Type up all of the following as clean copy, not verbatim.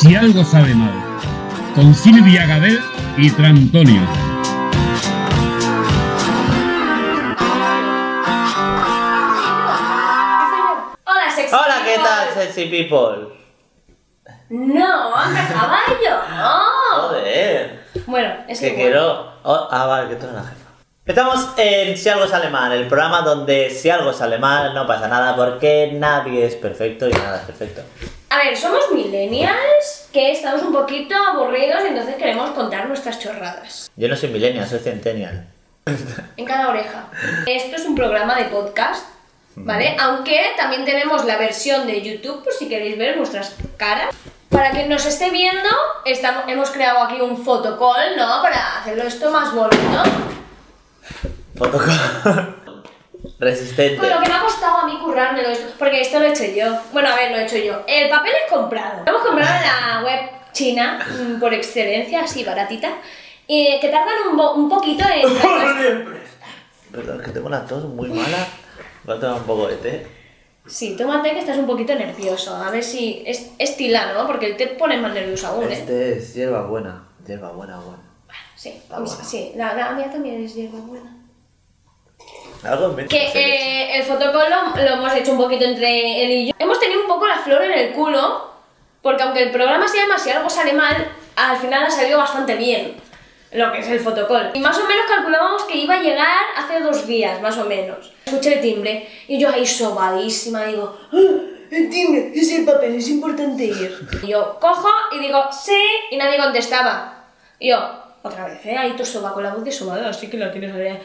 Si algo sale mal, con Silvia Gabel y Trantonio. Hola, sexy Hola, ¿qué people. tal, sexy people? No, empezaba yo, no. Joder, Bueno, es que igual. quiero... vale, que tú eres la jefa. Estamos en Si algo sale mal, el programa donde si algo sale mal no pasa nada porque nadie es perfecto y nada es perfecto. A ver, somos millennials que estamos un poquito aburridos y entonces queremos contar nuestras chorradas. Yo no soy millennial, soy centennial. En cada oreja. Esto es un programa de podcast, ¿vale? Aunque también tenemos la versión de YouTube, por si queréis ver nuestras caras. Para quien nos esté viendo, hemos creado aquí un photocall, ¿no? Para hacerlo esto más bonito. Resistente. Con lo que me ha costado a mí currármelo esto, porque esto lo he hecho yo. Bueno, a ver, lo he hecho yo. El papel es comprado. Lo hemos comprado en la web china, por excelencia, así baratita, que tardan un poquito en... Perdón, es que tengo la tos muy mala. Voy a tomar un poco de té. Sí, tómate que estás un poquito nervioso. A ver si... Es tila, ¿no? Porque el té pone más nervioso aún, ¿eh? Este es hierba buena. Hierba buena. Sí, bueno. sí, la mía también es hierba buena. Algo en Que el fotocall lo hemos hecho un poquito entre él y yo. Hemos tenido un poco la flor en el culo, porque aunque el programa se llama Si algo sale mal, al final ha salido bastante bien lo que es el fotocall. Y más o menos calculábamos que iba a llegar hace 2 días, más o menos. Escuché el timbre y yo ahí sobadísima digo, "¡Ah! El timbre, es el papel, es importante ir". Y yo cojo y digo, sí, y nadie contestaba. Y yo, otra vez, ahí tú soba con la voz de sobada, así que la tienes ahí.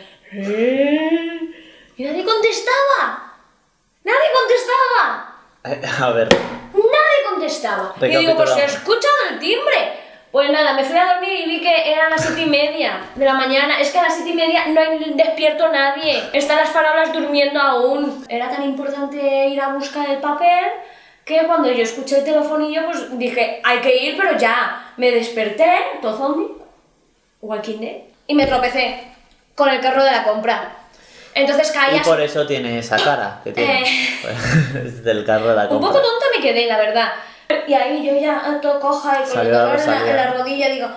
Y nadie contestaba. ¡Nadie contestaba! A ver, ¡Nadie contestaba! Y digo, pues se ha escuchado el timbre. Pues nada, me fui a dormir y vi que eran las 7:30 de la mañana. Es que a las 7:30 no hay despierto nadie. Están las farolas durmiendo aún. Era tan importante ir a buscar el papel que cuando yo escuché el telefonillo, pues dije, hay que ir, pero ya. Me desperté, todo zombie, walking dead, y me tropecé con el carro de la compra. Entonces caí y por eso tiene esa cara que tiene. Es del carro de la un compra. poco tonta me quedé, la verdad. Y ahí yo ya todo coja y con el Salió la dolor Rosalía. en la rodilla digo,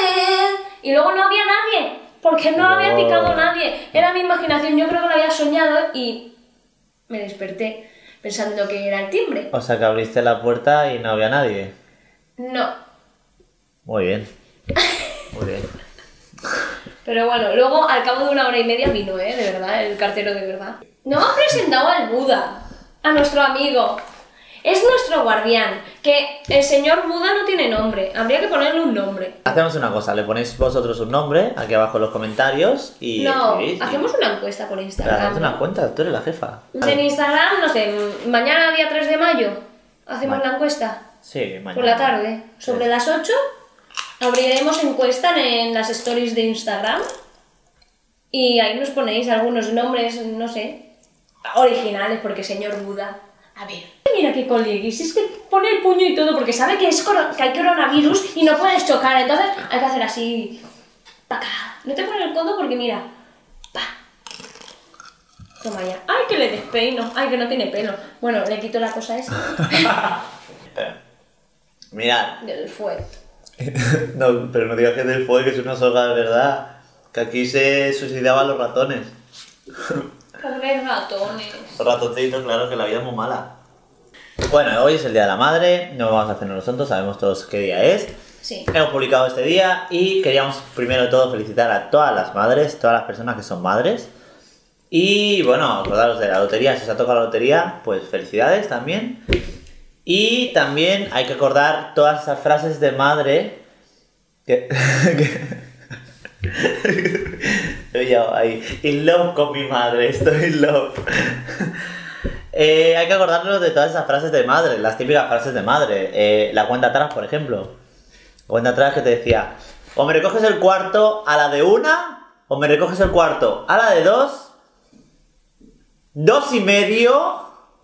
y luego no había nadie, porque no había picado nadie. Era mi imaginación, yo creo que lo había soñado y me desperté pensando que era el timbre. O sea que abriste la puerta y no había nadie. No. Muy bien. Muy bien. Pero bueno, luego al cabo de 1 hora y media vino, de verdad, el cartero de verdad. No hemos presentado al Buda, a nuestro amigo. Es nuestro guardián, que el señor Buda no tiene nombre, habría que ponerle un nombre. Hacemos una cosa, le ponéis vosotros un nombre aquí abajo en los comentarios y No, escribís y- hacemos una encuesta por Pero Instagram. haz una cuenta, tú eres la jefa. En Instagram, no sé, mañana día 3 de mayo, hacemos Vale. la encuesta. Sí, mañana. Por la tarde, sobre Sí. las 8, abriremos encuesta en las stories de Instagram. Y ahí nos ponéis algunos nombres, no sé, originales, porque señor Buda. A ver, mira qué coleguis, es que pone el puño y todo, porque sabe que, que hay coronavirus y no puedes chocar, entonces hay que hacer así. Paca. No te pones el codo porque mira. Pa. Toma ya. Ay, que le despeino. Ay, que no tiene pelo. Bueno, le quito la cosa esa Espera. Mirad. del fuego. No, pero no digas que es del fuego, que es una soga de verdad. Que aquí se suicidaban los ratones. Pobres ratones. Los ratoncitos, claro que la vida es muy mala. Bueno, hoy es el Día de la Madre, no vamos a hacernos los tontos, sabemos todos qué día es. Sí. Hemos publicado este día y queríamos primero de todo felicitar a todas las madres, todas las personas que son madres. Y bueno, acordaros de la lotería, si os ha tocado la lotería, pues felicidades también. Y también hay que acordar todas esas frases de madre que... Estoy ya ahí, in love con mi madre, estoy in love. Hay que acordarnos de todas esas frases de madre, las típicas frases de madre. La cuenta atrás, por ejemplo. La cuenta atrás que te decía, o me recoges el cuarto a la de 1, o me recoges el cuarto a la de 2, 2:30,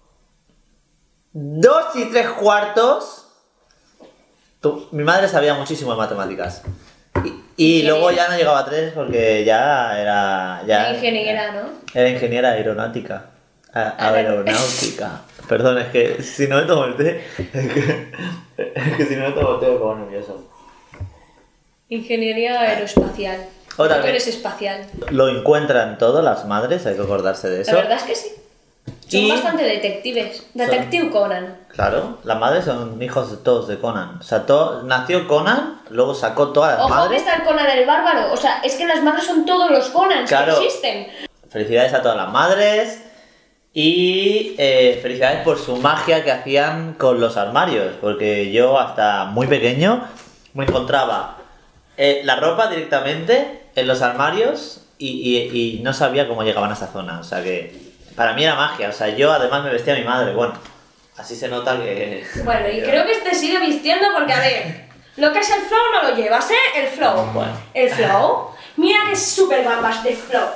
2 3/4. Mi madre sabía muchísimo de matemáticas. Y luego ya no llegaba a 3 porque ya era... La ingeniera, ¿no? Era ingeniera aeronáutica. Aeronáutica. Perdón, es que si no me tomo el té, es que si no me tomo el té me pongo nervioso. Ingeniería aeroespacial. Otra Tú vez. eres espacial. Lo encuentran todo las madres, hay que acordarse de La eso. verdad es que sí. Son Y- bastante detectives. Detective Conan. Claro, las madres son hijos de todos de Conan. O sea, nació Conan, luego sacó todas las Ojo que madres. está el Conan el bárbaro. O sea, es que las madres son todos los Conans Claro. que existen. Felicidades a todas las madres y felicidades por su magia que hacían con los armarios, porque yo hasta muy pequeño me encontraba la ropa directamente en los armarios y no sabía cómo llegaban a esa zona, o sea que para mí era magia, o sea, yo además me vestía a mi madre, bueno, así se nota que... Bueno, y creo que te sigue vistiendo porque, a ver, lo que es el flow no lo llevas, ¿eh? El flow. Bueno. El flow. Mira que súper bambas de flow.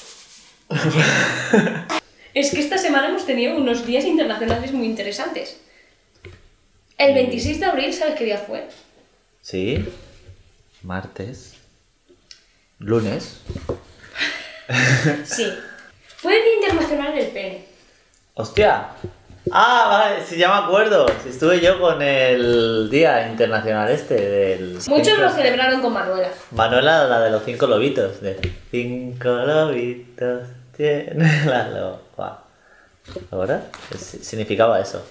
Es que esta semana hemos tenido unos días internacionales muy interesantes. El 26 de abril, ¿sabes qué día fue? Sí, martes, lunes, Sí. Fue el Día Internacional del Pene. hostia. Ah, vale, sí, ya me acuerdo. Si estuve yo con el Día Internacional del... Muchos lo celebraron con Manuela. Manuela, la de los 5 lobitos. De 5 lobitos tiene la loba. ¿Ahora? Significaba eso.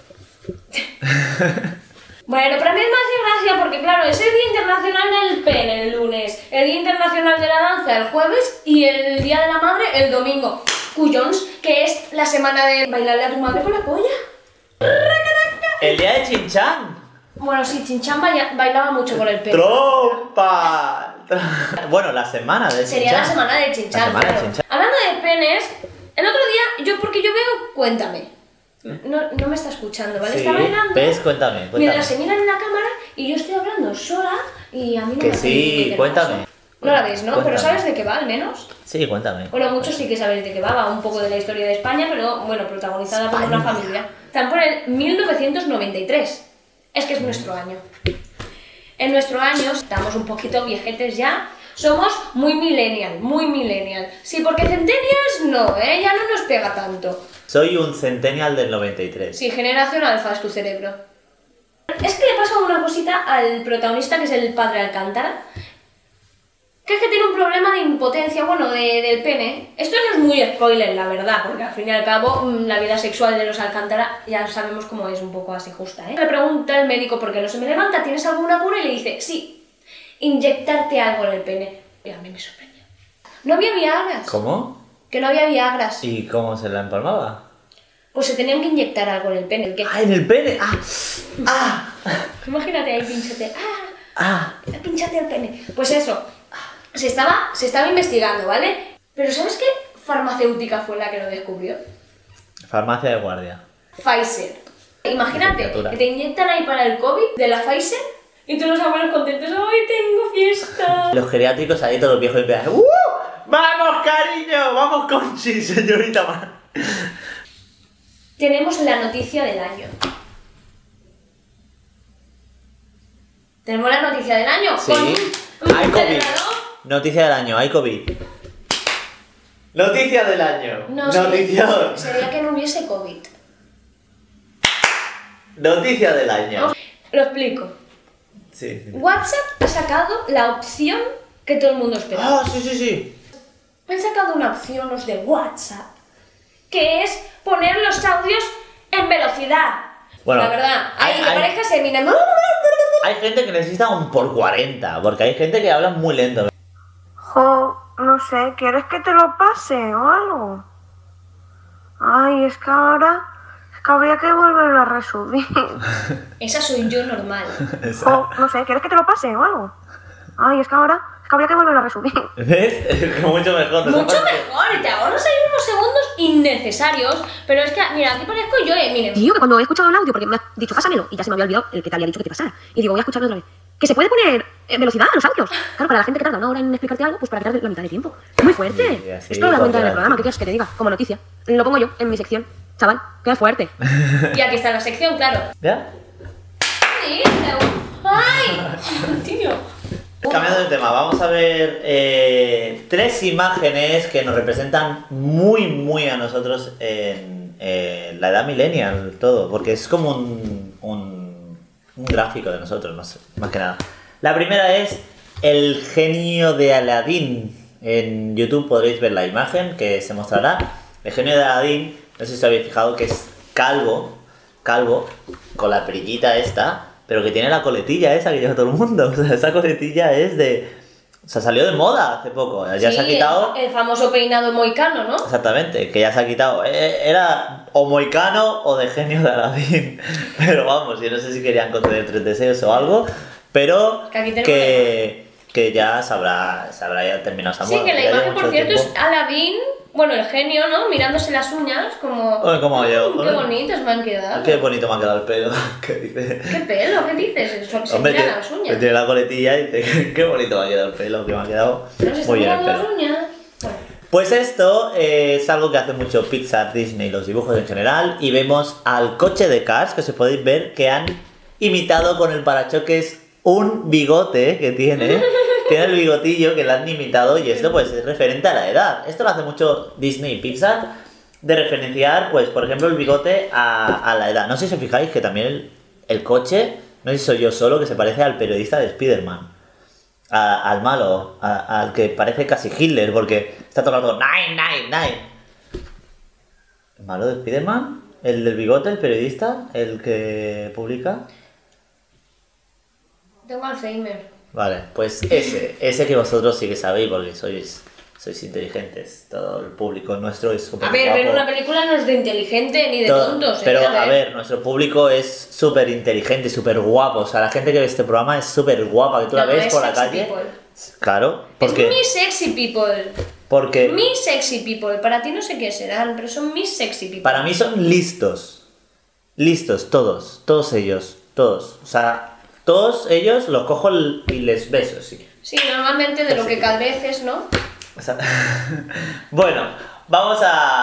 Bueno, pero a mí me hace gracia porque, claro, es el Día Internacional del Pene el lunes, el Día Internacional de la Danza el jueves y el Día de la Madre el domingo. Cuyons, que es la semana de bailarle a tu madre con la polla. El día de Chinchan. Bueno, sí, Chinchan bailaba mucho con el pene. ¡Trompa! Bueno, la semana de Chinchan. Sería la semana de Chinchan. La semana de claro. Chinchan. Hablando de penes, el otro día, porque yo veo, cuéntame. No me está escuchando, ¿vale? Sí, Está bailando. ¿ves? Cuéntame. Mientras se miran en la cámara y yo estoy hablando sola y a mí no Que me hace sí, ningún caso. cuéntame. No la ves, ¿no? Cuéntame. Pero ¿sabes de qué va al menos? Sí, cuéntame. Bueno, muchos sí que sabéis de qué va un poco de la historia de España, pero bueno, protagonizada por una España. familia. Están por el 1993. Es que es nuestro año. En nuestro año, estamos un poquito viejetes ya, somos muy millennial. Sí, porque centennials no, ya no nos pega tanto. Soy un centennial del 93. Sí, generación alfa es tu cerebro. Es que le pasa una cosita al protagonista, que es el padre Alcántara, que es que tiene un problema de impotencia, bueno, del pene. Esto no es muy spoiler, la verdad, porque al fin y al cabo la vida sexual de los Alcántara ya sabemos cómo es, un poco así justa, ¿eh? Le pregunta el médico por qué no se me levanta, ¿tienes alguna cura? Y le dice, sí, inyectarte algo en el pene. Y a mí me sorprendió. No había Viagras. ¿Cómo? Que no había Viagras. ¿Y cómo se la empalmaba? Pues se tenían que inyectar algo en el pene. ¿Qué? ¡Ah, en el pene! ¡Ah! ¡Ah! Imagínate ahí, pinchate. ¡Ah! Pinchate el pene. Pues eso, se estaba investigando, ¿vale? Pero ¿sabes qué farmacéutica fue la que lo descubrió? Farmacia de guardia. Pfizer. Imagínate Licenciatura. que te inyectan ahí para el COVID de la Pfizer y todos los abuelos contentos. ¡Ay, tengo fiesta! Los geriátricos ahí todos los viejos y pegan. ¡Vamos, cariño! ¡Vamos, Conchi, señorita! Tenemos la noticia del año. Tenemos la noticia del año. Sí. Con un Hay COVID. celebrador. Noticia del año, hay COVID. Noticia del año. No, Notición. sería que no hubiese COVID. Noticia del año. Lo explico. Sí. WhatsApp ha sacado la opción que todo el mundo espera. ¡Ah, sí, sí, sí! Han sacado una opción los de WhatsApp, que es poner los audios en velocidad. Bueno, la verdad, hay- que hay- parejas Eminem. Hay gente que necesita un por 40, porque hay gente que habla muy lento. Jo, no sé, ¿quieres que te lo pase o algo? Ay, es que ahora... Es que habría que volverlo a resubir. Esa soy yo normal. Jo, no sé, ¿quieres que te lo pase o algo? Ay, es que ahora... Es que habría que volverlo a resubir. ¿Ves? Es mucho mejor. ¿no? Mucho mejor, y te ahorras ahí unos segundos innecesarios. Pero es que, mira, aquí parezco yo Eminem. Tío, que cuando he escuchado el audio, porque me has dicho pásamelo, y ya se me había olvidado el que te había dicho que te pasara. Y digo, voy a escucharlo otra vez. Que se puede poner velocidad a los audios. Claro, para la gente que tarda una hora en explicarte algo, pues para quitar la mitad de tiempo. Muy fuerte. Sí, así, Esto lo da cuenta en el porque- programa, ¿qué quieres que te diga? Como noticia. Lo pongo yo en mi sección. Chaval, qué fuerte. Y aquí está la sección, claro. ¿Ya? Sí, ¡ay! Tío. Cambiando de tema, vamos a ver 3 imágenes que nos representan muy a nosotros en la edad millennial, todo, porque es como un gráfico de nosotros, no sé, más que nada. La primera es el genio de Aladín. En YouTube podréis ver la imagen que se mostrará. El genio de Aladín, no sé si os habéis fijado que es calvo, con la perillita esta, pero que tiene la coletilla esa que lleva todo el mundo. O sea, esa coletilla es de... O sea, salió de moda hace poco. Ya sí, se ha quitado... el famoso peinado moicano, ¿no? Exactamente, que ya se ha quitado. Era o moicano o de genio de Aladín. Pero vamos, yo no sé si querían conceder 3 deseos o algo, pero que ya se habrá ya terminado esa moda. Sí, que la imagen, por cierto, es Aladín, bueno, el genio, ¿no? Mirándose las uñas, como... ¿Cómo yo? Qué bonitos me han quedado. Qué bonito me ha quedado el pelo. ¿Qué dices? ¿Qué pelo? ¿Qué dices? Se Hombre, miran las uñas. tiene la coletilla y dice, qué bonito me ha quedado el pelo, que me ha quedado ¿No se muy bien el están mirando pelo. las uñas? Bueno. Pues esto es algo que hace mucho Pixar, Disney, los dibujos en general, y vemos al coche de Cars, que se podéis ver que han imitado con el parachoques un bigote que tiene el bigotillo que lo han imitado, y esto pues es referente a la edad. Esto lo hace mucho Disney y Pixar, de referenciar, pues por ejemplo, el bigote a la edad. No sé si os fijáis que también el coche, no sé si soy yo solo, que se parece al periodista de Spider-Man. Al malo, al que parece casi Hitler, porque está todo el rato 999. ¿El malo de Spider-Man? ¿El del bigote, el periodista? ¿El que publica? Tengo Alzheimer. Vale, pues ese que vosotros sí que sabéis porque sois inteligentes. Todo el público nuestro es súper A ver, guapo. ver una película no es de inteligente ni de Todo, tontos. pero a ver, nuestro público es súper inteligente, súper guapo. O sea, la gente que ve este programa es súper guapa, que tú la No, ves es por la sexy calle. people. Claro, Es porque... mi sexy people. Porque Mi sexy people. Para ti no sé qué serán, pero son mis sexy people. para mí son listos. Listos, todos ellos. Todos. O sea, todos ellos los cojo y les beso, sí. Sí, normalmente de lo que careces, ¿no? O sea, bueno, vamos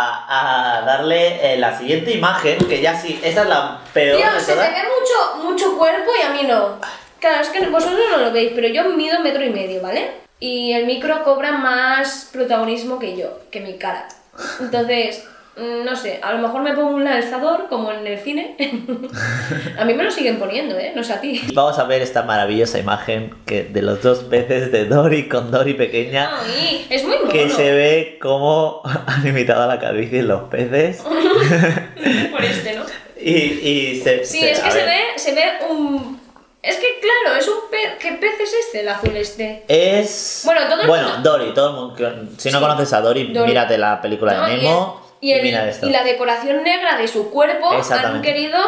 a darle la siguiente imagen, que ya sí, esa es la peor Tío, de se te todas. ve mucho cuerpo y a mí no. Claro, es que vosotros no lo veis, pero yo mido 1,5 metros, ¿vale? Y el micro cobra más protagonismo que yo, que mi cara. Entonces, no sé, a lo mejor me pongo un alzador, como en el cine. A mí me lo siguen poniendo, ¿eh? No sé a ti. Vamos a ver esta maravillosa imagen de los dos peces de Dory con Dory pequeña, Ay, es muy mono. que se ve cómo han imitado a la calvicie los peces. Por ¿no? Y se... Sí, es que se ve un... Es que claro, es un pez... ¿Qué pez es este, el azul este? Es... Bueno, todo el mundo- Dory, todo el mundo... Si no Sí. conoces a Dory, Dory. mírate la película ¿No? de Nemo y mira esto. y la decoración negra de su cuerpo han Exactamente. querido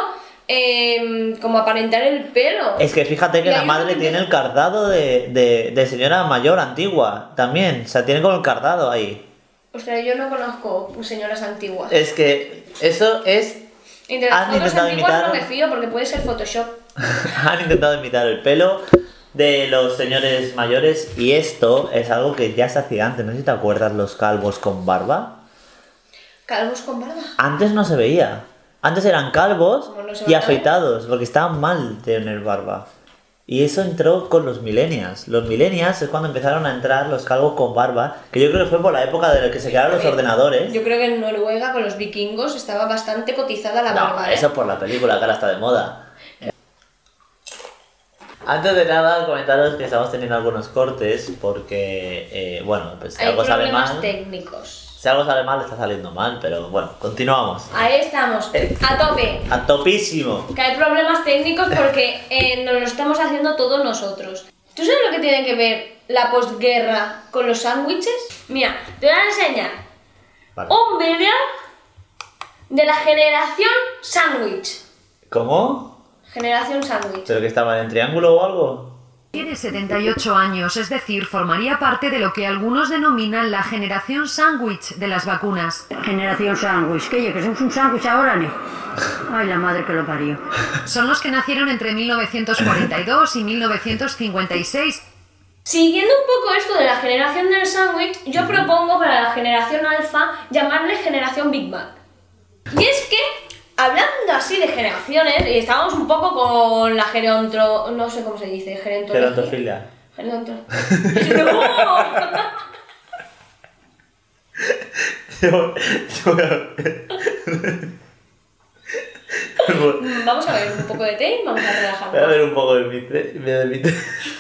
como aparentar el pelo. Es que fíjate que Y la hay madre un- tiene el cardado de señora mayor antigua también. O sea, tiene con el cardado ahí. Ostras, yo no conozco señoras antiguas. Es que eso es... Y de las han fotos intentado antiguas imitar- no me fío porque puede ser Photoshop. Han intentado imitar el pelo de los señores mayores y esto es algo que ya se hacía antes. No sé si te acuerdas los calvos con barba. Calvos con barba. Antes no se veía. Antes eran calvos Como no se y va a afeitados porque estaban mal tener barba. Y eso entró con los millennials. Los millennials es cuando empezaron a entrar los calvos con barba, que yo creo que fue por la época de la que se crearon los ordenadores. Yo creo que en Noruega con los vikingos estaba bastante cotizada la No, barba, ¿eh? eso por la película, que ahora está de moda. Antes de nada, comentaros que estamos teniendo algunos cortes porque, bueno, pues si Hay algo sale problemas mal, técnicos. si algo sale mal, está saliendo mal, pero bueno, continuamos. Ahí estamos, a tope. A topísimo. Que hay problemas técnicos porque nos lo estamos haciendo todos nosotros. ¿Tú sabes lo que tiene que ver la posguerra con los sándwiches? Mira, te voy a enseñar Vale. un vídeo de la generación sándwich. ¿Cómo? Generación sándwich. ¿Pero que estaba en triángulo o algo? Tiene 78 años, es decir, formaría parte de lo que algunos denominan la generación sándwich de las vacunas. Generación sándwich. ¿Qué? ¿Que somos un sándwich ahora, no? Ay, la madre que lo parió. Son los que nacieron entre 1942 y 1956. Siguiendo un poco esto de la generación del sándwich, yo propongo para la generación alfa llamarle generación Big Mac. Y es que, hablando así de generaciones, y estábamos un poco con la no sé cómo se dice, Gerontofilia. ¡No! Vamos a ver un poco de té y vamos a Voy a relajarnos. ver un poco de mi té.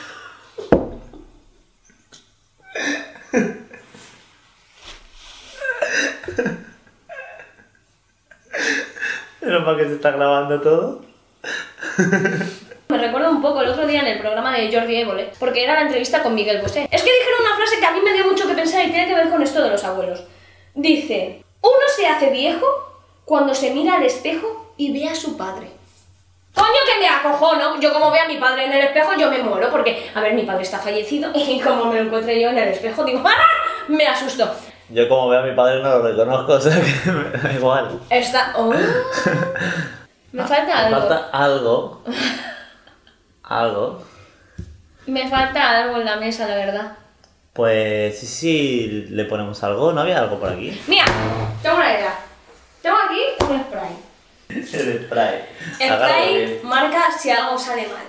Menos mal que se está grabando todo. Me recuerda un poco el otro día en el programa de Jordi Évole, porque era la entrevista con Miguel Bosé. Es que dijeron una frase que a mí me dio mucho que pensar y tiene que ver con esto de los abuelos. Dice, uno se hace viejo cuando se mira al espejo y ve a su padre. Coño, que me acojono. Yo como veo a mi padre en el espejo, yo me muero, porque, a ver, mi padre está fallecido y como me lo encuentre yo en el espejo, digo, ¡ah! Me asusto. Yo como veo a mi padre no lo reconozco, o sea que me da igual. Está... ¡Oh! Me falta algo. Me falta algo. Algo. Me falta algo en la mesa, la verdad. Pues sí, le ponemos algo. ¿No había algo por aquí? Mira, tengo una idea. Tengo aquí un spray. El spray. El Agárralo spray bien. marca si algo sale mal.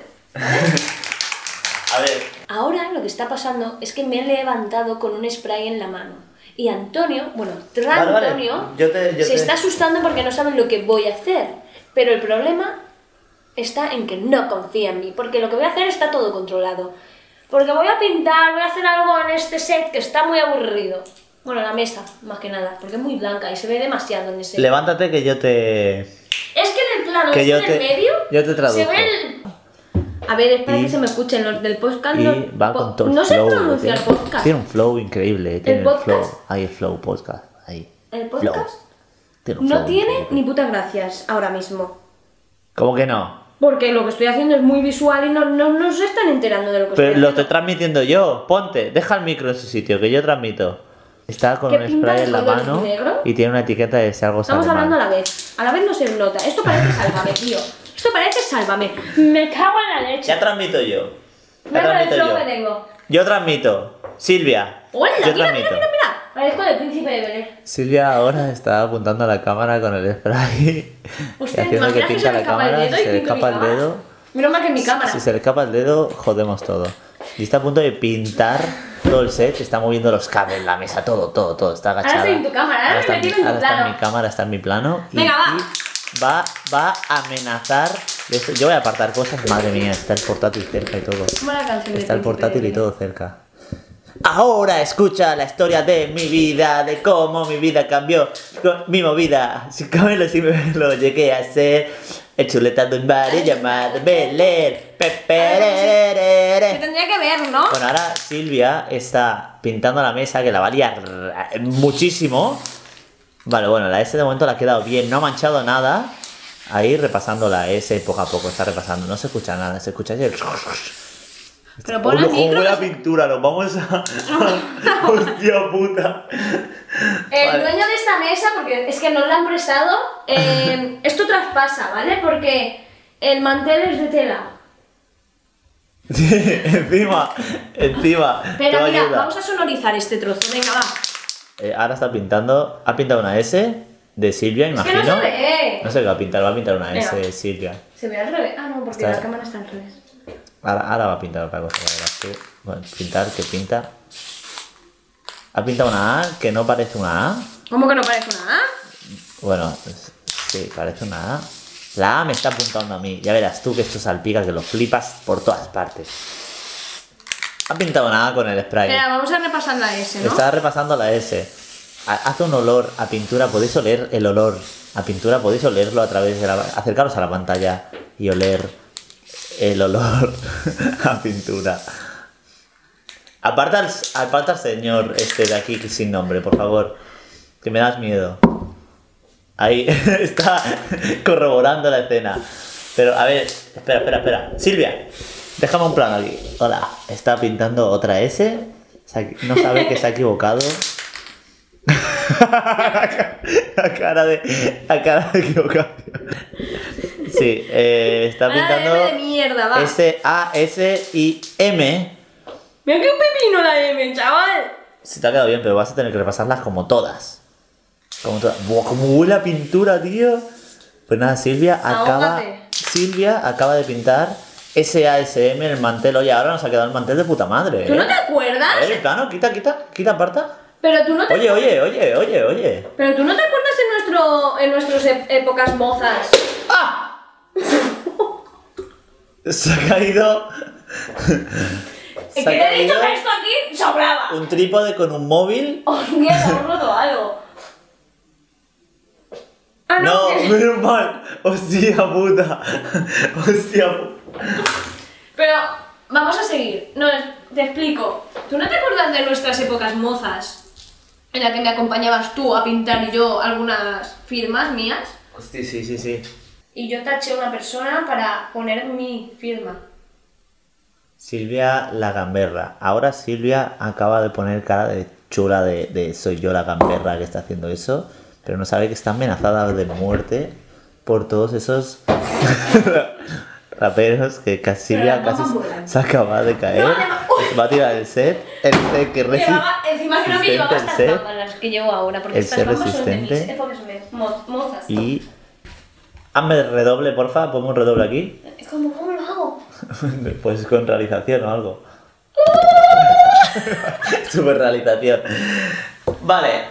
A ver. Ahora lo que está pasando es que me he levantado con un spray en la mano. Y Antonio, bueno, Vale, vale. Antonio, Yo te- está asustando porque no saben lo que voy a hacer. Pero el problema está en que no confía en mí, porque lo que voy a hacer está todo controlado. Porque voy a pintar, voy a hacer algo en este set que está muy aburrido. Bueno, la mesa, más que nada, porque es muy blanca y se ve demasiado en ese... Levántate que yo te... Es que en el plano Que este yo del te- medio yo te traduzco. se ve el... A ver, espera Y- que se me escuchen los del podcast. Y no- va con todo el no sé flow. pronunciar tiene, podcast. tiene un flow increíble. Tiene podcast? flow. Ahí el flow podcast. Ahí. ¿El Flow. podcast? Tiene un No flow tiene increíble. ni putas gracias ahora mismo. ¿Cómo que no? Porque lo que estoy haciendo es muy visual y no se están enterando de lo que Pero estoy lo haciendo. estoy transmitiendo yo. Ponte, deja el micro en su sitio, que yo transmito. Está con ¿Qué un pinta spray el en la color mano negro? y tiene una etiqueta de si algo sale Estamos hablando mal. a la vez. A la vez no se nota. Esto parece Sálvame, tío. Esto parece Sálvame. Me cago en la leche. Ya transmito yo. Ya Mira el transmito flow yo. que tengo. Yo transmito. Silvia. Hola, yo mira, transmito. mira. Parezco del príncipe de Belén. Silvia ahora está apuntando a la cámara con el spray Hostia, y haciendo que imagina que pinta se me la escapa el cámara, dedo y se le pinto mi escapa el cámara. dedo. Menos mal que es mi cámara. Si se le escapa el dedo, jodemos todo. Y está a punto de pintar todo el set, está moviendo los cables, la mesa, todo, está agachada. Ahora estoy en tu cámara, ahora me está he metido en tu ahora está en plano. mi cámara, está en mi plano. Venga, va. y va a amenazar. Yo voy a apartar cosas, madre mía, está el portátil cerca y todo. Como la canción del Está el príncipe portátil de y Belén. todo cerca. Ahora escucha la historia de mi vida, de cómo mi vida cambió, con mi movida. Si me lo llegué a ser, el chuleta de un barrio llamado Belén. Se Pepererere. tendría que ver, ¿no? Bueno, ahora Silvia está pintando la mesa, que la va a liar muchísimo. Vale, bueno, la S de momento la ha quedado bien, no ha manchado nada. Ahí repasando la S poco a poco, está repasando. No se escucha nada, se escucha así el... Pero pon el ¿Cómo micro. la pintura? Nos vamos a... Hostia puta. El Vale. dueño de esta mesa, porque es que nos la han prestado, esto traspasa, ¿vale? Porque el mantel es de tela. encima. Pero todo mira, ayuda. vamos a sonorizar este trozo, venga, va. Ahora está pintando... Ha pintado una S de Silvia, Es que imagino. no se ve. No sé qué va a pintar una Venga. S de Silvia. Se ve al revés. Ah, no, porque Está- la cámara está al revés. Ahora va a pintar otra cosa, la verdad. Sí. Bueno, pintar, que pinta. Ha pintado una A que no parece una A. ¿Cómo que no parece una A? Bueno, sí, parece una A. La A me está apuntando a mí. Ya verás tú que esto salpica, que lo flipas por todas partes. Ha pintado una A con el spray. Espera, vamos a repasar la S, ¿no? Está repasando la S. Hace un olor a pintura, podéis oler el olor a pintura, podéis olerlo a través de la... Acercaros a la pantalla y oler el olor a pintura. Aparta al señor este de aquí sin nombre, por favor, que me das miedo. Ahí está corroborando la escena. Pero, a ver, espera. Silvia, déjame un plano aquí. Hola, está pintando otra S. No sabe que se ha equivocado. La cara de equivocación. Sí, está Vaya pintando M de mierda, va. S, A, S y M. Mira que un pepino la M, chaval. Se te ha quedado bien, pero vas a tener que repasarlas como todas. Como todas. Buah, cómo huele a pintura, tío. Pues nada, Silvia acaba de pintar SASM en el mantel. Oye, ahora nos ha quedado el mantel de puta madre. ¿Tú no ¿eh? te acuerdas? A ver, el plano, quita, aparta. Pero tú no te... Oye. Pero tú no te acuerdas en nuestras épocas mozas. Se ha caído. Es que te he dicho que esto aquí sobraba. Un trípode con un móvil. Oh, mierda, hemos roto algo. Ah, No, que- menos mal. Hostia puta. Pero vamos a seguir. No, te explico. ¿Tú no te acuerdas de nuestras épocas mozas? En la que me acompañabas tú a pintar y yo algunas firmas mías. Hostia, sí. Y yo taché a una persona para poner mi firma. Silvia la gamberra. Ahora Silvia acaba de poner cara de chula de soy yo la gamberra que está haciendo eso, pero no sabe que está amenazada de muerte por todos esos raperos que casi Silvia Pero casi no vuelan. se acaba de caer. No, además- Se va a tirar el set que Encima creo que llevaba resistente, estas el set. gafas, las que llevo ahora, porque El estas ser gafas son de mis resistente. épocas mozas. Y hazme redoble, porfa, ponme un redoble aquí. ¿Cómo lo hago? Pues con realización o algo. Super realización. Vale,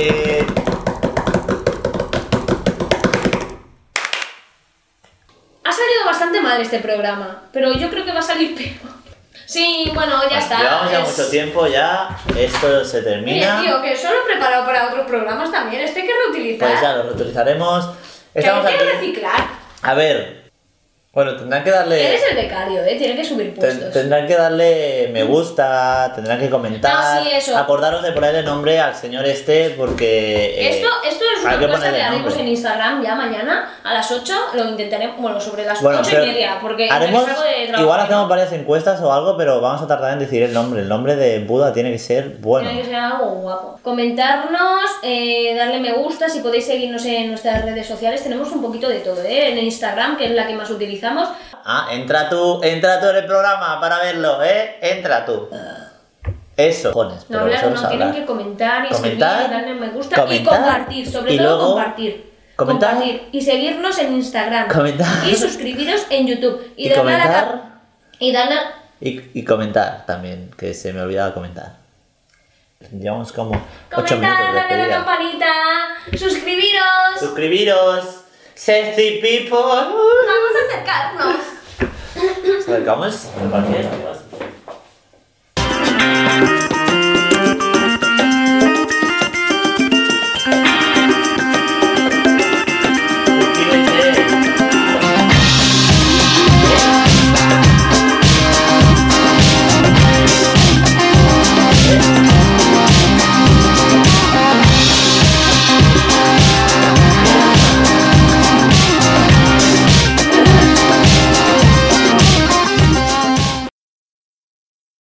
Ha salido bastante mal este programa, pero yo creo que va a salir peor. Sí, bueno, ya está. llevamos ya mucho tiempo ya. Esto se Oye, termina. tío, que eso lo he preparado para otros programas también. Este hay que reutilizar. Pues ya lo reutilizaremos. Que Estamos hay que aquí. reciclar. A ver. Bueno, tendrán que darle. Eres el becario, tiene que subir puestos. Tendrán que darle me gusta, tendrán que comentar. No, sí, eso. Acordaros de ponerle nombre al señor este porque. Esto es una hay que cosa que ponerle haremos nombre. en Instagram ya mañana a las 8. Lo intentaremos, bueno, sobre las Bueno, 8 pero y media, porque haremos, es algo de trabajo. igual hacemos varias encuestas o algo, pero vamos a tardar en decir el nombre. El nombre de Buda tiene que ser bueno. Tiene que ser algo guapo. Comentarnos, darle me gusta, si podéis seguirnos en nuestras redes sociales, tenemos un poquito de todo, en Instagram, que es la que más utilizamos. Ah, entra tú en el programa para verlo, entra tú. Eso. Jones, No pero hablar, vosotros no, tienen hablar. que comentar y Comentar, seguir, darle me gusta comentar, y compartir, sobre y todo luego compartir. comentar, Compartir y seguirnos en Instagram. comentar, Y suscribiros en YouTube. y darle a la comentar, y darle y comentar también, que se me olvidaba comentar. Llevamos como 8 minutos comentar, de darle a la despedida. campanita, suscribiros. Suscribiros, sexy people. Vamos a acercarnos. ¿Acercamos? ¿De cualquier?